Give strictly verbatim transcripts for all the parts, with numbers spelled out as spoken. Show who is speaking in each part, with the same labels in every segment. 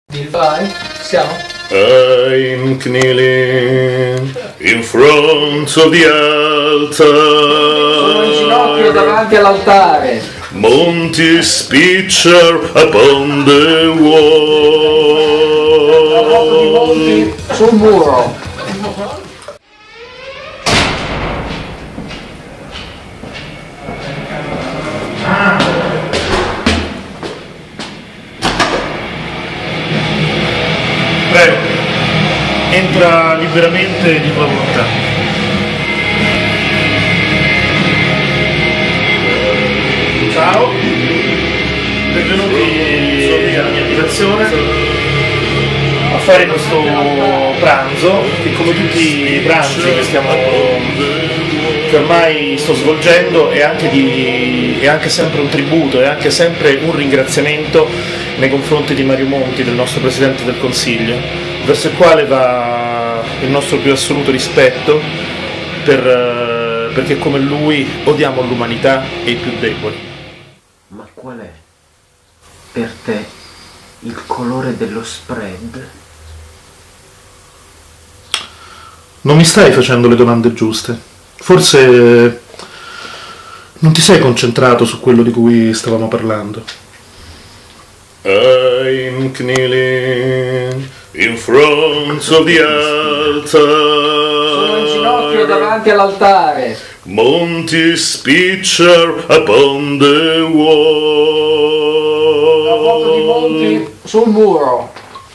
Speaker 1: Vai, siamo?
Speaker 2: I'm kneeling in front of the altar.
Speaker 1: Sono in ginocchio davanti all'altare.
Speaker 2: Monty's picture upon the
Speaker 1: La foto di
Speaker 2: wall.
Speaker 1: Monty sul muro.
Speaker 2: Prego, entra liberamente di tua volontà. Ciao, benvenuti alla mia abitazione a fare questo pranzo che, come tutti i pranzi che stiamo che ormai sto svolgendo, è anche, di, è anche sempre un tributo, è anche sempre un ringraziamento nei confronti di Mario Monti, del nostro Presidente del Consiglio, verso il quale va il nostro più assoluto rispetto, per, perché come lui odiamo l'umanità e i più deboli.
Speaker 3: Ma qual è per te il colore dello spread?
Speaker 2: Non mi stai facendo le domande giuste. Forse non ti sei concentrato su quello di cui stavamo parlando. I'm kneeling in front of the altar.
Speaker 1: Sono in ginocchio davanti all'altare.
Speaker 2: Monty's picture upon the wall.
Speaker 1: La foto di Monty sul muro.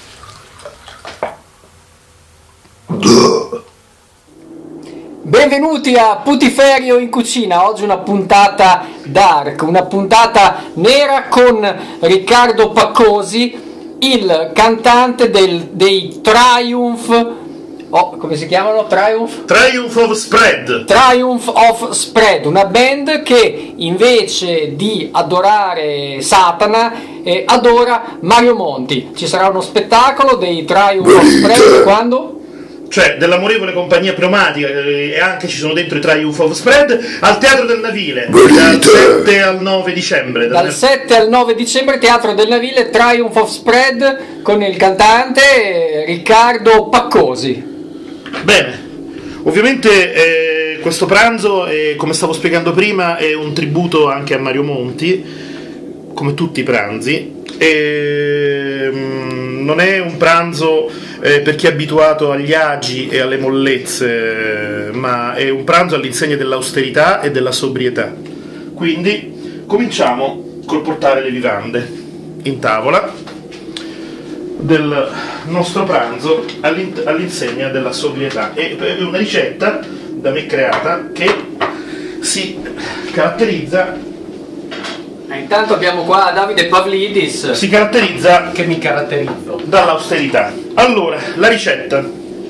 Speaker 1: Benvenuti a Putiferio in cucina. Oggi una puntata dark, una puntata nera con Riccardo Paccosi, il cantante del, dei Triumph, oh, come si chiamano? Triumph?
Speaker 2: Triumph of Spread.
Speaker 1: Triumph of Spread, una band che invece di adorare Satana eh, adora Mario Monti. Ci sarà uno spettacolo dei Triumph of Spread quando?
Speaker 2: Cioè dell'amorevole compagnia pneumatica, e anche ci sono dentro i Triumph of Spread, al Teatro del Navile, dal sette al nove dicembre.
Speaker 1: Dal sette al nove dicembre, Teatro del Navile, Triumph of Spread, con il cantante Riccardo Paccosi.
Speaker 2: Bene, ovviamente eh, questo pranzo, eh, come stavo spiegando prima, è un tributo anche a Mario Monti, come tutti i pranzi, e mm, non è un pranzo eh, per chi è abituato agli agi e alle mollezze, ma è un pranzo all'insegna dell'austerità e della sobrietà. Quindi cominciamo col portare le vivande in tavola del nostro pranzo all'insegna della sobrietà. È una ricetta da me creata che si caratterizza.
Speaker 1: Intanto abbiamo qua Davide Pavlidis.
Speaker 2: Si caratterizza
Speaker 1: che mi caratterizzo
Speaker 2: dall'austerità. Allora, la ricetta: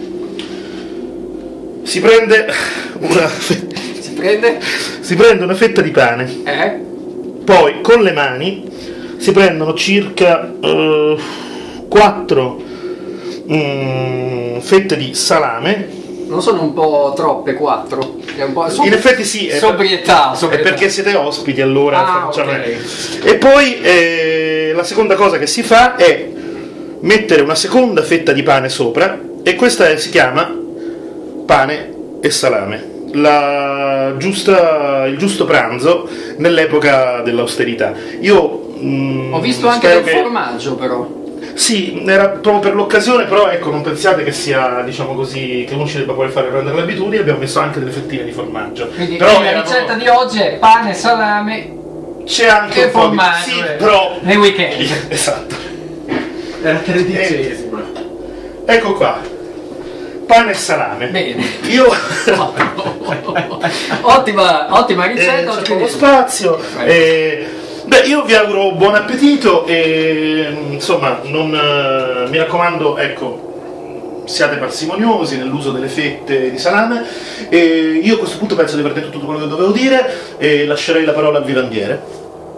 Speaker 2: si prende una fe-
Speaker 1: si prende
Speaker 2: si prende una fetta di pane,
Speaker 1: eh?
Speaker 2: poi con le mani si prendono circa uh, quattro mm, fette di salame.
Speaker 1: Non sono un po' troppe quattro? È un po'
Speaker 2: In effetti sì, è
Speaker 1: sobrietà,
Speaker 2: per,
Speaker 1: sobrietà.
Speaker 2: È perché siete ospiti, allora
Speaker 1: ah,
Speaker 2: facciamo.
Speaker 1: Okay.
Speaker 2: E poi eh, la seconda cosa che si fa è mettere una seconda fetta di pane sopra, e questa è, si chiama pane e salame, la giusta, il giusto pranzo nell'epoca dell'austerità. Io mm,
Speaker 1: ho visto anche del
Speaker 2: che...
Speaker 1: formaggio, però.
Speaker 2: Sì, era proprio per l'occasione, però ecco, non pensiate che sia, diciamo così, che uno ci debba poi fare prendere le abitudini. Abbiamo messo anche delle fettine di formaggio.
Speaker 1: Quindi
Speaker 2: però
Speaker 1: la
Speaker 2: erano...
Speaker 1: ricetta di oggi è pane, salame,
Speaker 2: c'è anche
Speaker 1: e
Speaker 2: un po'
Speaker 1: formaggio,
Speaker 2: di... sì,
Speaker 1: eh.
Speaker 2: però...
Speaker 1: nei weekend.
Speaker 2: Esatto.
Speaker 3: È la tredicesima.
Speaker 2: Ecco qua, pane e salame.
Speaker 1: Bene.
Speaker 2: Io...
Speaker 1: ottima, ottima ricetta.
Speaker 2: eh,
Speaker 1: oggi
Speaker 2: c'è
Speaker 1: quindi-
Speaker 2: lo spazio. Eh, beh, io vi auguro buon appetito e insomma, non, eh, mi raccomando, ecco, siate parsimoniosi nell'uso delle fette di salame. E io a questo punto penso di aver detto tutto quello che dovevo dire e lascerei la parola al vivandiere.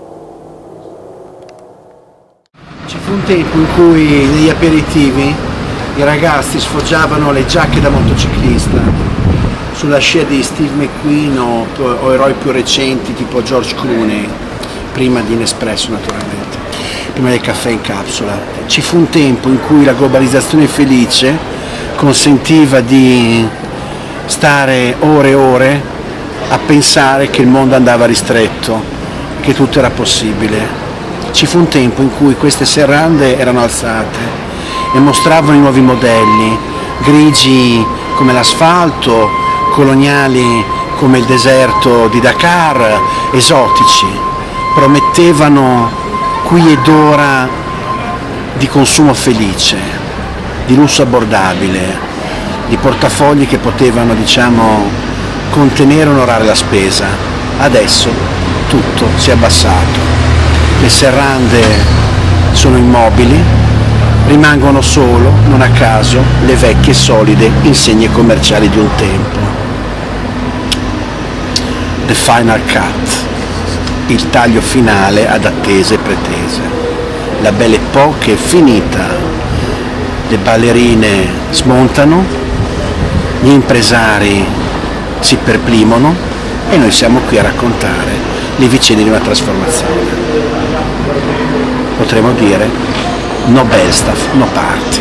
Speaker 4: Ci fu un tempo in cui negli aperitivi i ragazzi sfoggiavano le giacche da motociclista sulla scia di Steve McQueen o, o eroi più recenti tipo George Clooney, prima di Nespresso naturalmente. prima del caffè in capsula. Ci fu un tempo in cui la globalizzazione felice consentiva di stare ore e ore a pensare che il mondo andava ristretto, che tutto era possibile. Ci fu un tempo in cui queste serrande erano alzate e mostravano i nuovi modelli, grigi come l'asfalto, coloniali come il deserto di Dakar, esotici, promettevano qui ed ora di consumo felice, di lusso abbordabile, di portafogli che potevano, diciamo, contenere e onorare la spesa. Adesso tutto si è abbassato, le serrande sono immobili, rimangono solo, non a caso, le vecchie solide insegne commerciali di un tempo. The Final Cut, il taglio finale ad attese e pretese. La Belle Époque è finita, le ballerine smontano, gli impresari si perplimono e noi siamo qui a raccontare le vicende di una trasformazione. Potremmo dire no bell stuff, no party.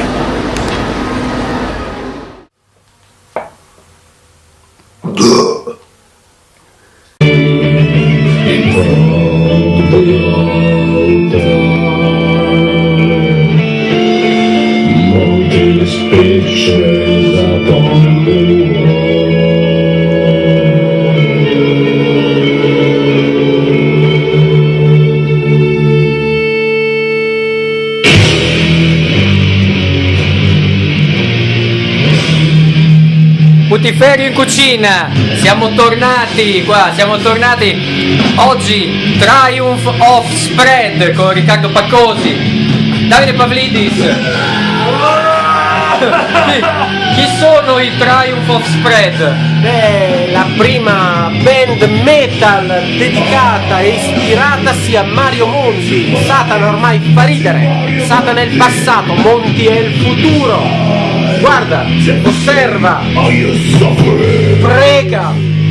Speaker 1: Putiferio in cucina, siamo tornati qua, siamo tornati oggi, Triumph of Spread con Riccardo Paccosi, Davide Pavlidis. Chi sono i Triumph of Spread?
Speaker 3: Beh, la prima band metal dedicata e ispiratasi a Mario Monti. Satana ormai fa ridere, Satana è il passato, Monti è il futuro. Guarda, osserva, prega.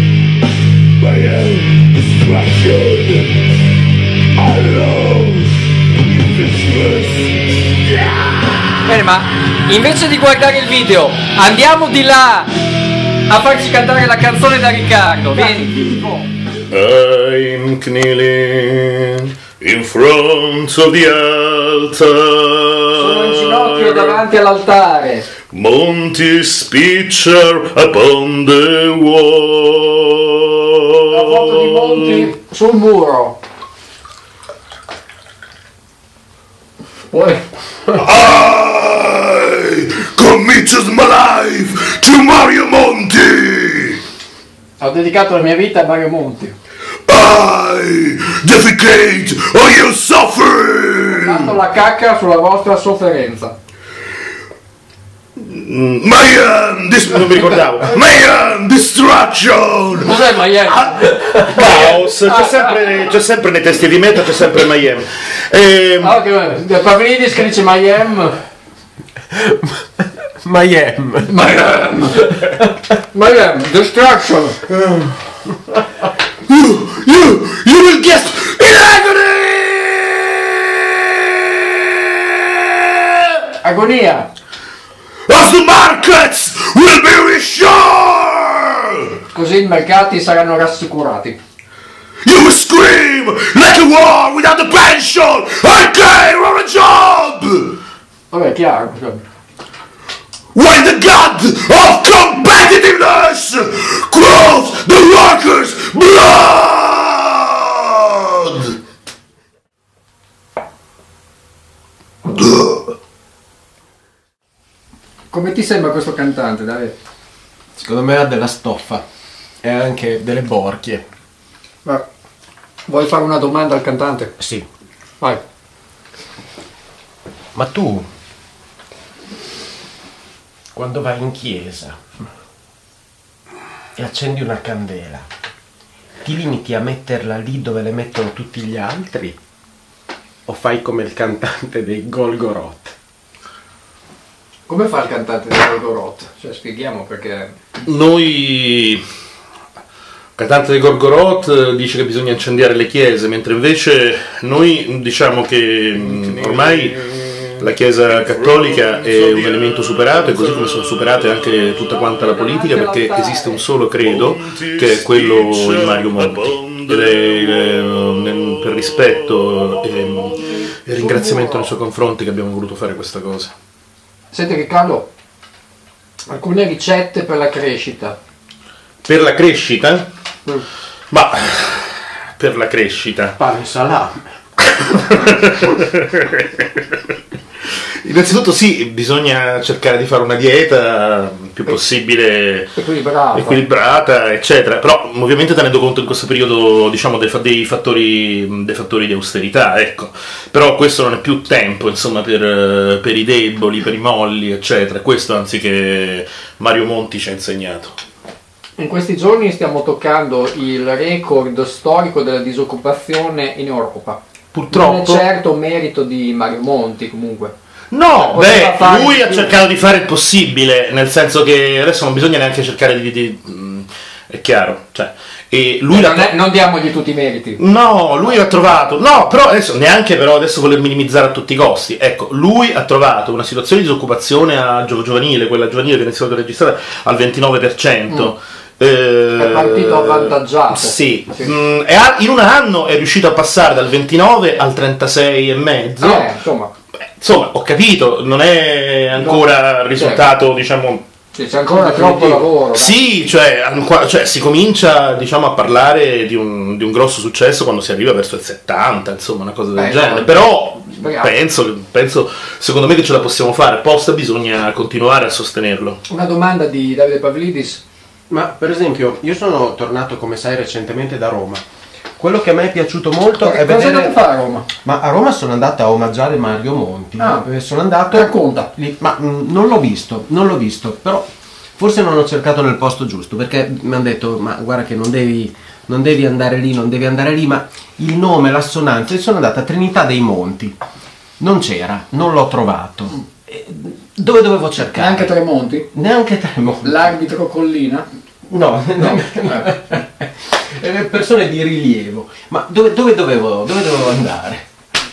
Speaker 1: Bene, ma invece di guardare il video, andiamo di là a farci cantare la canzone da Riccardo. Vieni.
Speaker 2: I'm kneeling in front of the altar.
Speaker 1: Sono in ginocchio davanti all'altare.
Speaker 2: Monty's picture upon the wall.
Speaker 1: La foto di Monty sul muro. Poi
Speaker 2: I committed my life to Mario Monti.
Speaker 1: ho dedicato la mia vita a Mario Monti.
Speaker 2: I defecate on your suffering.
Speaker 1: Ho fatto la cacca sulla vostra sofferenza.
Speaker 2: Mayan, dis- non mi ricordavo. Mayan Destruction.
Speaker 1: Cos'è Miami?
Speaker 2: Caos. C'è sempre, c'è sempre nei testi di meta, c'è sempre Miami. Ehm,
Speaker 1: Ah, ok, Pavlidis che dice Miami.
Speaker 3: Miami.
Speaker 1: Miami. Miami, Destruction.
Speaker 2: you, you, you will get in agony.
Speaker 1: Agonia.
Speaker 2: As the markets will be restored.
Speaker 1: Così i mercati saranno rassicurati.
Speaker 2: You will scream like a war without a pension, a game or a job.
Speaker 1: Vabbè, chiaro.
Speaker 2: When the god of competitiveness clothes the workers' blood.
Speaker 1: Come ti sembra questo cantante, Davide?
Speaker 3: Secondo me ha della stoffa e anche delle borchie.
Speaker 1: Ma vuoi fare una domanda al cantante?
Speaker 3: Sì.
Speaker 1: Vai.
Speaker 3: Ma tu, quando vai in chiesa e accendi una candela, ti limiti a metterla lì dove le mettono tutti gli altri? O fai come il cantante dei Golgoroth?
Speaker 1: Come fa il cantante di Golgoroth? Cioè, spieghiamo perché...
Speaker 2: Noi cantante di Gorgoroth dice che bisogna incendiare le chiese, mentre invece noi diciamo che mh, ormai la Chiesa cattolica è un elemento superato, e così come sono superate anche tutta quanta la politica, perché esiste un solo credo, che è quello in Mario Monti, ed è eh, per rispetto e, e ringraziamento nei suoi confronti che abbiamo voluto fare questa cosa.
Speaker 1: Senti Riccardo, alcune ricette per la crescita.
Speaker 2: Per la crescita?
Speaker 1: Mm.
Speaker 2: Ma per la crescita
Speaker 3: Pane e salame.
Speaker 2: innanzitutto sì, bisogna cercare di fare una dieta il più possibile
Speaker 1: equilibrata,
Speaker 2: equilibrata eccetera, però ovviamente tenendo conto in questo periodo, diciamo, dei, dei, fattori, dei fattori di austerità, ecco. Però questo non è più tempo, insomma, per, per i deboli, per i molli, eccetera. Questo anzi che Mario Monti ci ha insegnato.
Speaker 1: In questi giorni stiamo toccando il record storico della disoccupazione in Europa.
Speaker 2: Purtroppo
Speaker 1: Non è certo merito di Mario Monti, comunque.
Speaker 2: no,
Speaker 1: Poteva
Speaker 2: beh,
Speaker 1: fare
Speaker 2: lui
Speaker 1: di
Speaker 2: ha
Speaker 1: più.
Speaker 2: cercato di fare il possibile, nel senso che adesso non bisogna neanche cercare di... di mh, è chiaro, cioè, e lui l'ha
Speaker 1: non, è- non diamogli tutti i meriti.
Speaker 2: No, lui ha trovato, no, però adesso neanche però adesso voler minimizzare a tutti i costi. Ecco, lui ha trovato una situazione di disoccupazione a gio- giovanile, quella giovanile che è stata registrata al ventinove per cento.
Speaker 1: Mm.
Speaker 2: Eh,
Speaker 1: È partito avvantaggiato.
Speaker 2: Sì,
Speaker 1: Sì.
Speaker 2: Mm, e ha- in un anno è riuscito a passare dal ventinove al trentasei e mezzo.
Speaker 1: Eh, insomma,
Speaker 2: Beh, insomma, ho capito, non è ancora il risultato, diciamo.
Speaker 1: sì, c'è ancora
Speaker 2: definitivo.
Speaker 1: troppo lavoro. dai.
Speaker 2: Sì, cioè, ancora- cioè, si comincia, diciamo, a parlare di un, di un grosso successo quando si arriva verso il settanta, insomma, una cosa del
Speaker 1: Beh,
Speaker 2: genere.
Speaker 1: no,
Speaker 2: Però
Speaker 1: speriamo.
Speaker 2: penso, penso, secondo me che ce la possiamo fare. Apposta bisogna continuare a sostenerlo.
Speaker 1: Una domanda di Davide Pavlidis.
Speaker 3: Ma per esempio, io sono tornato, come sai, recentemente da Roma. Quello che a me è piaciuto molto è
Speaker 1: Cosa
Speaker 3: vedere...
Speaker 1: andate a fare a Roma?
Speaker 3: Ma a Roma sono andato a omaggiare Mario Monti.
Speaker 1: Ah.
Speaker 3: Eh, sono andato
Speaker 1: Racconta.
Speaker 3: lì, ma mh, non l'ho visto, non l'ho visto, però forse non ho cercato nel posto giusto, perché mi hanno detto, ma guarda che non devi, non devi andare lì, non devi andare lì, ma il nome, l'assonanza, io sono andato a Trinità dei Monti, non c'era, non l'ho trovato. Eh, Dove dovevo cercare?
Speaker 1: Neanche Tremonti?
Speaker 3: Neanche Tremonti.
Speaker 1: L'arbitro Collina?
Speaker 3: No, no. Eh, persone di rilievo. Ma dove, dove, dovevo, dove dovevo andare?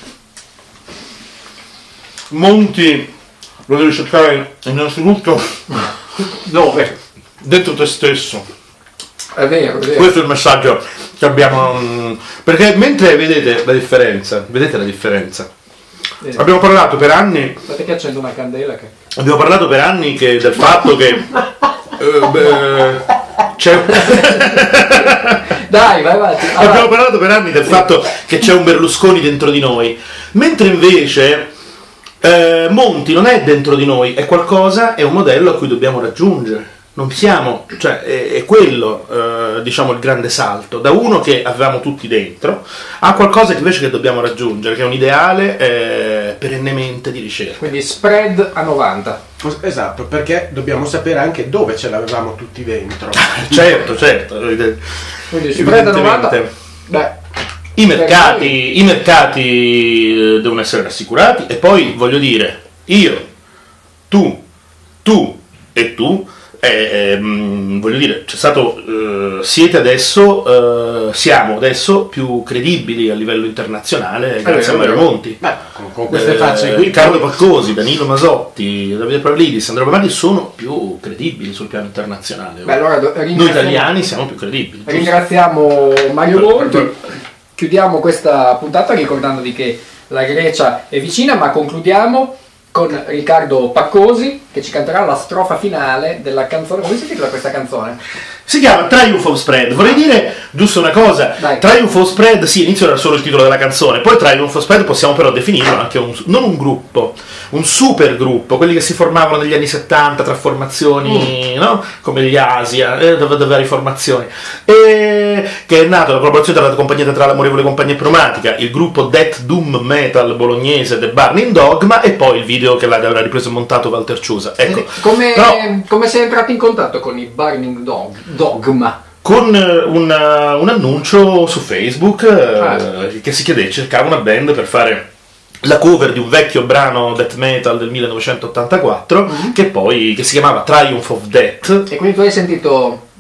Speaker 2: Monti lo devi cercare innanzitutto
Speaker 1: Dove?
Speaker 2: dentro te stesso.
Speaker 1: È vero, è vero.
Speaker 2: Questo è il messaggio che abbiamo. mm, Perché mentre vedete la differenza, vedete la differenza.
Speaker 1: Eh,
Speaker 2: Abbiamo parlato per anni.
Speaker 1: Aspetta che accendo una candela che...
Speaker 2: Abbiamo parlato per anni che del fatto che eh, beh, c'è
Speaker 1: Dai, vai avanti.
Speaker 2: abbiamo
Speaker 1: avanti.
Speaker 2: parlato per anni del fatto che c'è un Berlusconi dentro di noi, mentre invece eh, Monti non è dentro di noi, è qualcosa, è un modello a cui dobbiamo raggiungere. Non siamo, cioè è, è quello, eh, diciamo, il grande salto, da uno che avevamo tutti dentro a qualcosa che invece che dobbiamo raggiungere, che è un ideale eh, perennemente di ricerca.
Speaker 1: Quindi spread a novanta.
Speaker 3: Esatto, perché dobbiamo sapere anche dove ce l'avevamo tutti dentro.
Speaker 2: Certo, certo.
Speaker 1: Quindi spread a novanta.
Speaker 2: Evidentemente.
Speaker 1: Beh,
Speaker 2: I mercati, i mercati eh, devono essere rassicurati, e poi voglio dire, io, tu, tu e tu, eh, ehm, voglio dire, c'è stato, eh, siete adesso, eh, siamo adesso più credibili a livello internazionale grazie a
Speaker 1: vero,
Speaker 2: Mario
Speaker 1: vero.
Speaker 2: Monti.
Speaker 3: Beh, con, con queste
Speaker 2: Eh,
Speaker 3: facce qui...
Speaker 2: Riccardo Paccosi, Danilo Masotti, Davide Pavlidis, Andrea Bomardi sono più credibili sul piano internazionale.
Speaker 1: beh, allora do-
Speaker 2: Noi
Speaker 1: ringraziamo-
Speaker 2: italiani siamo più credibili. giusto?
Speaker 1: Ringraziamo Mario Monti. Chiudiamo questa puntata ricordandovi che la Grecia è vicina, ma concludiamo con Riccardo Paccosi che ci canterà la strofa finale della canzone. Come si intitola questa canzone?
Speaker 2: Si chiama Triumph of Spread. Vorrei dire giusto una cosa.
Speaker 1: Dai.
Speaker 2: Triumph of Spread, sì, inizio era solo il titolo della canzone, poi Triumph of Spread possiamo però definirlo anche un, non un gruppo, un super gruppo, quelli che si formavano negli anni settanta tra formazioni, no? Come gli Asia, eh, dove dove varie formazioni, e che è nato la collaborazione tra la compagnia teatrale Amorevole Compagnia Pneumatica, il gruppo Death Doom Metal bolognese The Burning Dogma, e poi il video che l'aveva ripreso e montato Walter Ciusa. Ecco.
Speaker 1: Come,
Speaker 2: Però-
Speaker 1: come sei entrato in contatto con i Burning Dog, Dogma?
Speaker 2: con eh, un, eh, un annuncio su Facebook eh,
Speaker 1: Ah.
Speaker 2: che si chiedeva, cercava una band per fare la cover di un vecchio brano death metal del millenovecentottantaquattro
Speaker 1: Mhm.
Speaker 2: che poi che si chiamava Triumph of Death.
Speaker 1: E quindi tu hai sentito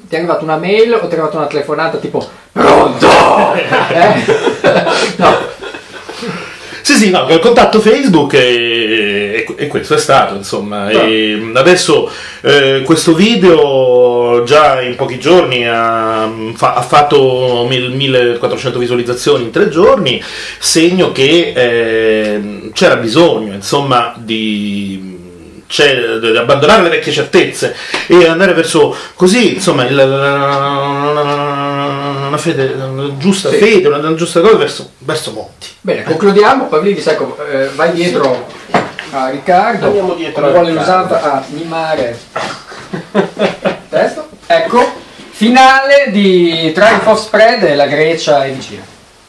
Speaker 1: Ti è arrivata una mail o ti è arrivata una telefonata tipo pronto? eh? No.
Speaker 2: Sì, sì, no, il contatto Facebook e, e questo è stato, insomma. E adesso eh, questo video già in pochi giorni ha, fa, ha fatto millequattrocento visualizzazioni in tre giorni, segno che eh, c'era bisogno, insomma, di... Cioè, di abbandonare le vecchie certezze e andare verso così, insomma, il, una fede, una giusta sì. fede, una, una giusta cosa verso, verso Monti.
Speaker 1: Bene, concludiamo. Pavlidis, ecco, eh, vai dietro a Riccardo.
Speaker 3: Andiamo dietro
Speaker 1: a vuole l'usata a mimare. Testo. Ecco, finale di Triumph of Spread e la Grecia è vicina.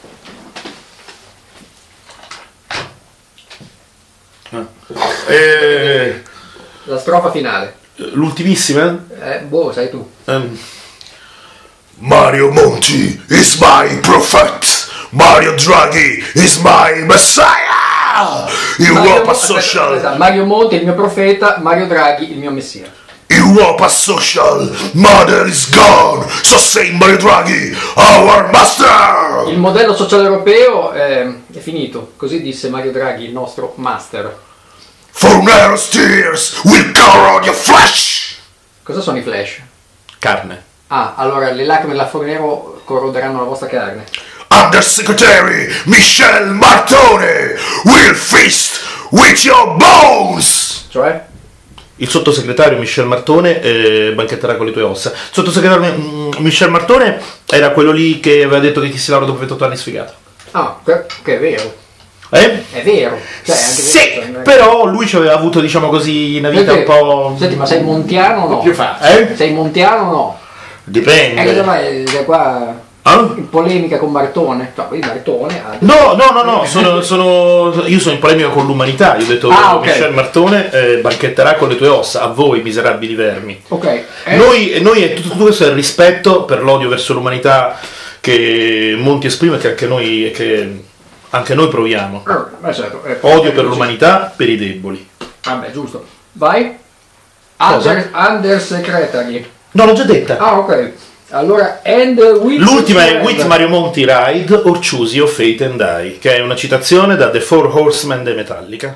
Speaker 2: Eh,
Speaker 1: La strofa finale.
Speaker 2: L'ultimissima?
Speaker 1: Eh, boh, sai tu.
Speaker 2: Um.
Speaker 5: Mario Monti is my prophet. Mario Draghi is my messiah. Europa Social.
Speaker 1: Esatto, Mario Monti è il mio profeta, Mario Draghi il mio messia.
Speaker 5: Europa Social. Mother is gone. So say Mario Draghi, our master.
Speaker 1: Il modello sociale europeo eh, è finito, così disse Mario Draghi, il nostro master.
Speaker 5: Fornero's tears will corrode your flesh.
Speaker 1: Cosa sono i flash?
Speaker 2: Carne.
Speaker 1: Ah, allora le lacrime della Fornero corroderanno la vostra carne.
Speaker 5: Undersecretary Michel Martone will feast with your bones.
Speaker 1: Cioè?
Speaker 2: Il sottosegretario Michel Martone eh, banchetterà con le tue ossa. Il sottosegretario mm, Michel Martone era quello lì che aveva detto che chi si laurea dopo ventotto anni è sfigato.
Speaker 1: Ah, che, che è vero.
Speaker 2: Eh?
Speaker 1: È vero. Cioè, anche
Speaker 2: sì,
Speaker 1: vero,
Speaker 2: però lui ci aveva avuto, diciamo così, una vita
Speaker 1: senti,
Speaker 2: un po'...
Speaker 1: Senti, ma sei montiano o no?
Speaker 2: più facile.
Speaker 1: Eh? Sei montiano o no?
Speaker 2: Dipende.
Speaker 1: E cosa vai da qua
Speaker 2: Ah?
Speaker 1: in polemica con Martone? No, quindi Martone ha...
Speaker 2: No, no, no, no, sono, sono, io sono in polemica con l'umanità. Io ho detto
Speaker 1: ah, okay.
Speaker 2: Michel Martone eh, banchetterà con le tue ossa, a voi miserabili vermi.
Speaker 1: Ok. Eh.
Speaker 2: Noi, noi è tutto, tutto questo è il rispetto per l'odio verso l'umanità che Monti esprime, che anche noi, che anche noi proviamo.
Speaker 1: Ah, beh, certo, eh,
Speaker 2: Odio per l'umanità, per i deboli.
Speaker 1: Vabbè, giusto. Vai. Under, undersecretary.
Speaker 2: No, l'ho già detta.
Speaker 1: Ah, ok. Allora, and with
Speaker 2: l'ultima è With Mario Monti Ride or Choose Your Fate and Die, che è una citazione da The Four Horsemen dei Metallica.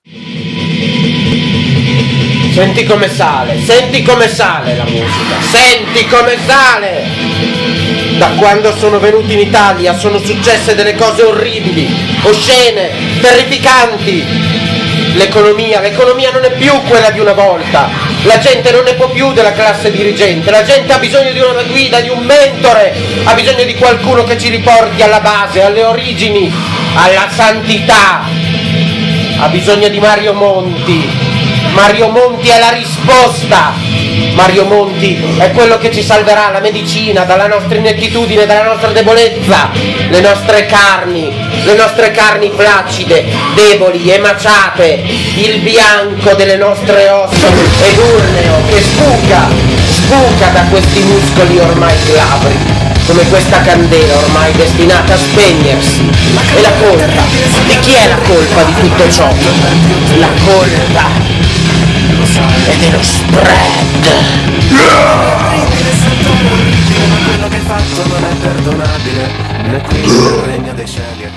Speaker 3: Senti come sale, senti come sale la musica, senti come sale! Da quando sono venuti in Italia sono successe delle cose orribili, oscene, terrificanti. L'economia, l'economia non è più quella di una volta, la gente non ne può più della classe dirigente, la gente ha bisogno di una guida, di un mentore, ha bisogno di qualcuno che ci riporti alla base, alle origini, alla santità, ha bisogno di Mario Monti. Mario Monti è la risposta, Mario Monti è quello che ci salverà la medicina dalla nostra inettitudine, dalla nostra debolezza, le nostre carni, le nostre carni flaccide, deboli, emaciate, il bianco delle nostre ossa ed urneo che sbuca, sbuca da questi muscoli ormai glabri, come questa candela ormai destinata a spegnersi. E la colpa, di chi è la colpa di tutto ciò? La colpa è dello spread.
Speaker 6: Quello che hai fatto non è perdonabile, né qui nel regno dei cieli.